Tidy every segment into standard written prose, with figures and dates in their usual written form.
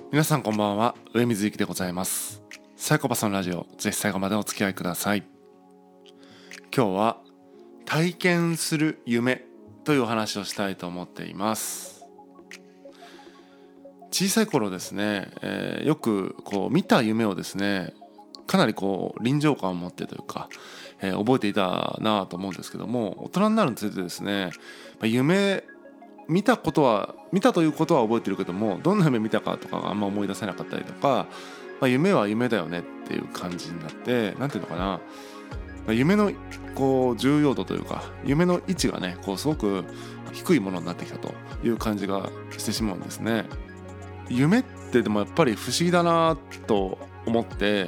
皆さんこんばんは、上水幸でございます。サイコパスのラジオ、ぜひ最後までお付き合いください。今日は体験する夢というお話をしたいと思っています。小さい頃ですね、よく見た夢をですね、かなり臨場感を持ってというか、覚えていたなと思うんですけども、大人になるにつれてですね、夢見たということは覚えてるけども、どんな夢見たかとかがあんま思い出せなかったりとか、夢は夢だよねっていう感じになって、なんていうのかな、夢の重要度というか、夢の位置がねすごく低いものになってきたという感じがしてしまうんですね。夢ってでもやっぱり不思議だなと思って、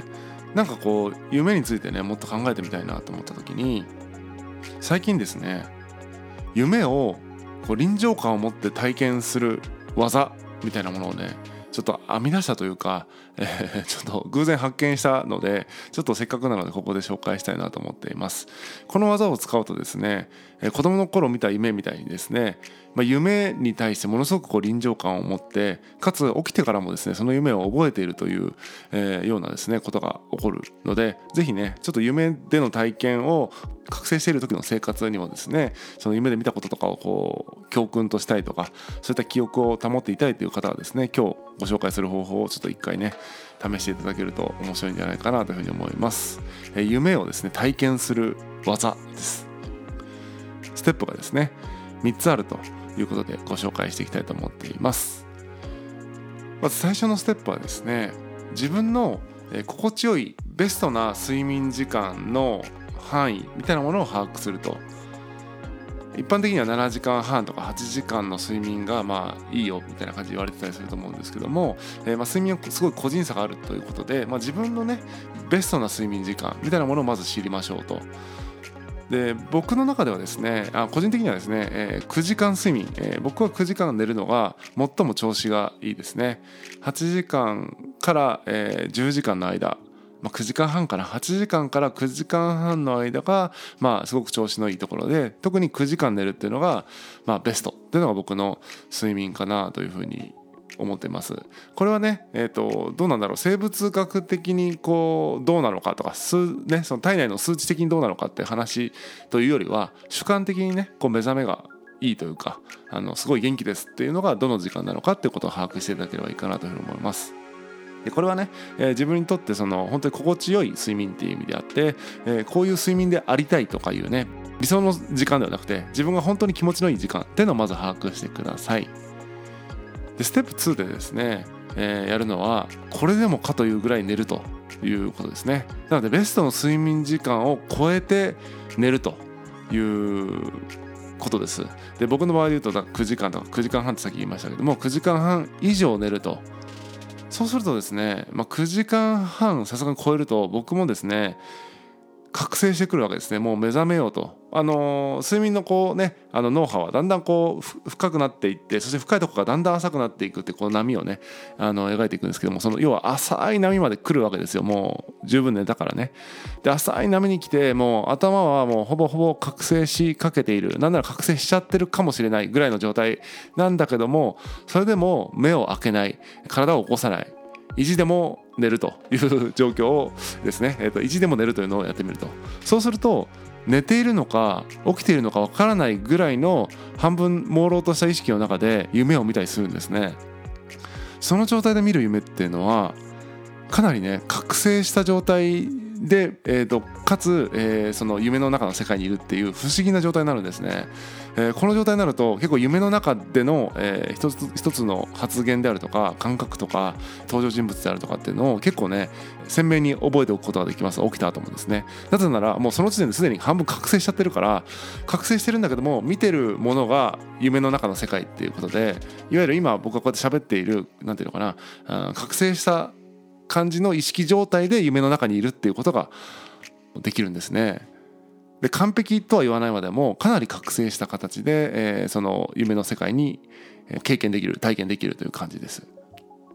なんか夢についてねもっと考えてみたいなと思った時に、最近ですね、夢を臨場感を持って体験する技みたいなものをねちょっと編み出したというか、ちょっと偶然発見したので、ちょっとせっかくなのでここで紹介したいなと思っています。この技を使うとですね、子供の頃見た夢みたいにですね、夢に対してものすごく臨場感を持って、かつ起きてからもですねその夢を覚えているという、ようなですねことが起こるので、ぜひねちょっと夢での体験を覚醒している時の生活にもですね、その夢で見たこととかを教訓としたいとか、そういった記憶を保っていたいという方はですね、今日ご紹介する方法をちょっと一回ね試していただけると面白いんじゃないかなというふうに思います。夢をですね体験する技です。ステップがですね3つあるということでご紹介していきたいと思っています。まず最初のステップはですね、自分の心地よいベストな睡眠時間の範囲みたいなものを把握すると。一般的には7時間半とか8時間の睡眠がいいよみたいな感じで言われてたりすると思うんですけども、睡眠はすごい個人差があるということで、自分のねベストな睡眠時間みたいなものをまず知りましょうと。で、僕の中ではですね、個人的にはですね、9時間睡眠、僕は9時間寝るのが最も調子がいいですね。8時間から、10時間の間、9時間半から8時間から9時間半の間がすごく調子のいいところで、特に9時間寝るっていうのがベストっていうのが僕の睡眠かなというふうに思っています。これはね、どうなんだろう、生物学的にどうなのかとか、その体内の数値的にどうなのかって話というよりは、主観的にね目覚めがいいというか、すごい元気ですっていうのがどの時間なのかっていうことを把握していただければいいかなというふうに思います。でこれはね、自分にとって本当に心地よい睡眠っていう意味であって、こういう睡眠でありたいとかいうね理想の時間ではなくて、自分が本当に気持ちのいい時間っていうのをまず把握してください。でステップ2でですね、やるのはこれでもかというぐらい寝るということですね。なのでベストの睡眠時間を超えて寝るということです。で僕の場合で言うと9時間とか9時間半ってさっき言いましたけども、9時間半以上寝ると。そうするとですね、9時間半さすがに超えると、僕もですね覚醒してくるわけですね。もう目覚めようと、睡眠の脳波はだんだん深くなっていって、そして深いところがだんだん浅くなっていくって波をね描いていくんですけども、その要は浅い波まで来るわけですよ。もう十分寝たからね。で浅い波に来て、もう頭はもうほぼほぼ覚醒しかけている、なんなら覚醒しちゃってるかもしれないぐらいの状態なんだけども、それでも目を開けない、体を起こさない、意地でも寝るという状況をですね、意地でも寝るというのをやってみると。そうすると寝ているのか起きているのかわからないぐらいの半分朦朧とした意識の中で夢を見たりするんですね。その状態で見る夢っていうのはかなりね覚醒した状態で、かつ、その夢の中の世界にいるっていう不思議な状態になるんですね。この状態になると結構夢の中での、一つの発言であるとか感覚とか登場人物であるとかっていうのを結構ね鮮明に覚えておくことができます。起きた後もですね。なぜならもうその時点ですでに半分覚醒しちゃってるから、覚醒してるんだけども見てるものが夢の中の世界っていうことで、いわゆる今僕がこうやって喋っているなんていうのかな、覚醒した感じの意識状態で夢の中にいるっていうことができるんですね。で完璧とは言わないまでもかなり覚醒した形で、その夢の世界に経験できる、体験できるという感じです。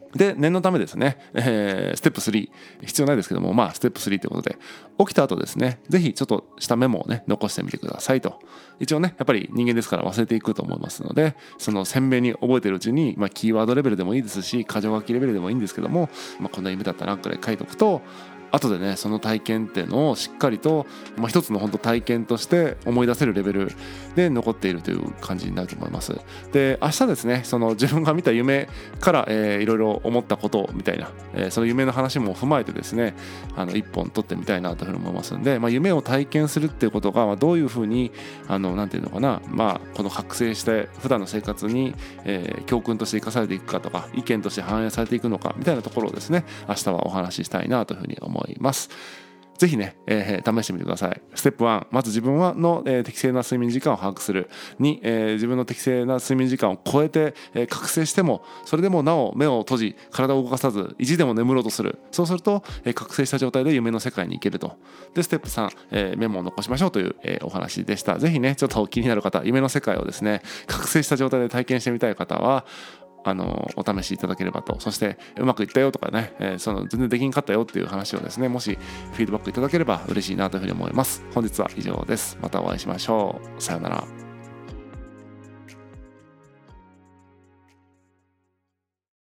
で念のためですね、ステップ3必要ないですけども、ステップ3ということで、起きた後ですね、ぜひちょっとしたメモをね残してみてくださいと。一応ねやっぱり人間ですから忘れていくと思いますので、その鮮明に覚えてるうちに、キーワードレベルでもいいですし、箇条書きレベルでもいいんですけども、こんな夢だったなくらい書いておくと、後でねその体験っていうのをしっかりと、一つの本当体験として思い出せるレベルで残っているという感じになると思います。で明日ですね、その自分が見た夢から、いろいろ思ったことみたいな、その夢の話も踏まえてですね、一本取ってみたいなというふうに思いますので、夢を体験するっていうことがどういうふうになんていうのかな、この覚醒して普段の生活に、教訓として生かされていくかとか、意見として反映されていくのかみたいなところをですね、明日はお話ししたいなというふうに思います。ぜひね、試してみてください。ステップ1、まず自分の、適正な睡眠時間を把握する。2、自分の適正な睡眠時間を超えて、覚醒してもそれでもなお目を閉じ体を動かさず意地でも眠ろうとする。そうすると、覚醒した状態で夢の世界に行けると。でステップ3、メモを残しましょうという、お話でした。ぜひねちょっと気になる方、夢の世界をですね覚醒した状態で体験してみたい方はお試しいただければと。そしてうまくいったよとかね、全然できんかったよっていう話をですね、もしフィードバックいただければ嬉しいなというふうに思います。本日は以上です。またお会いしましょう。さようなら。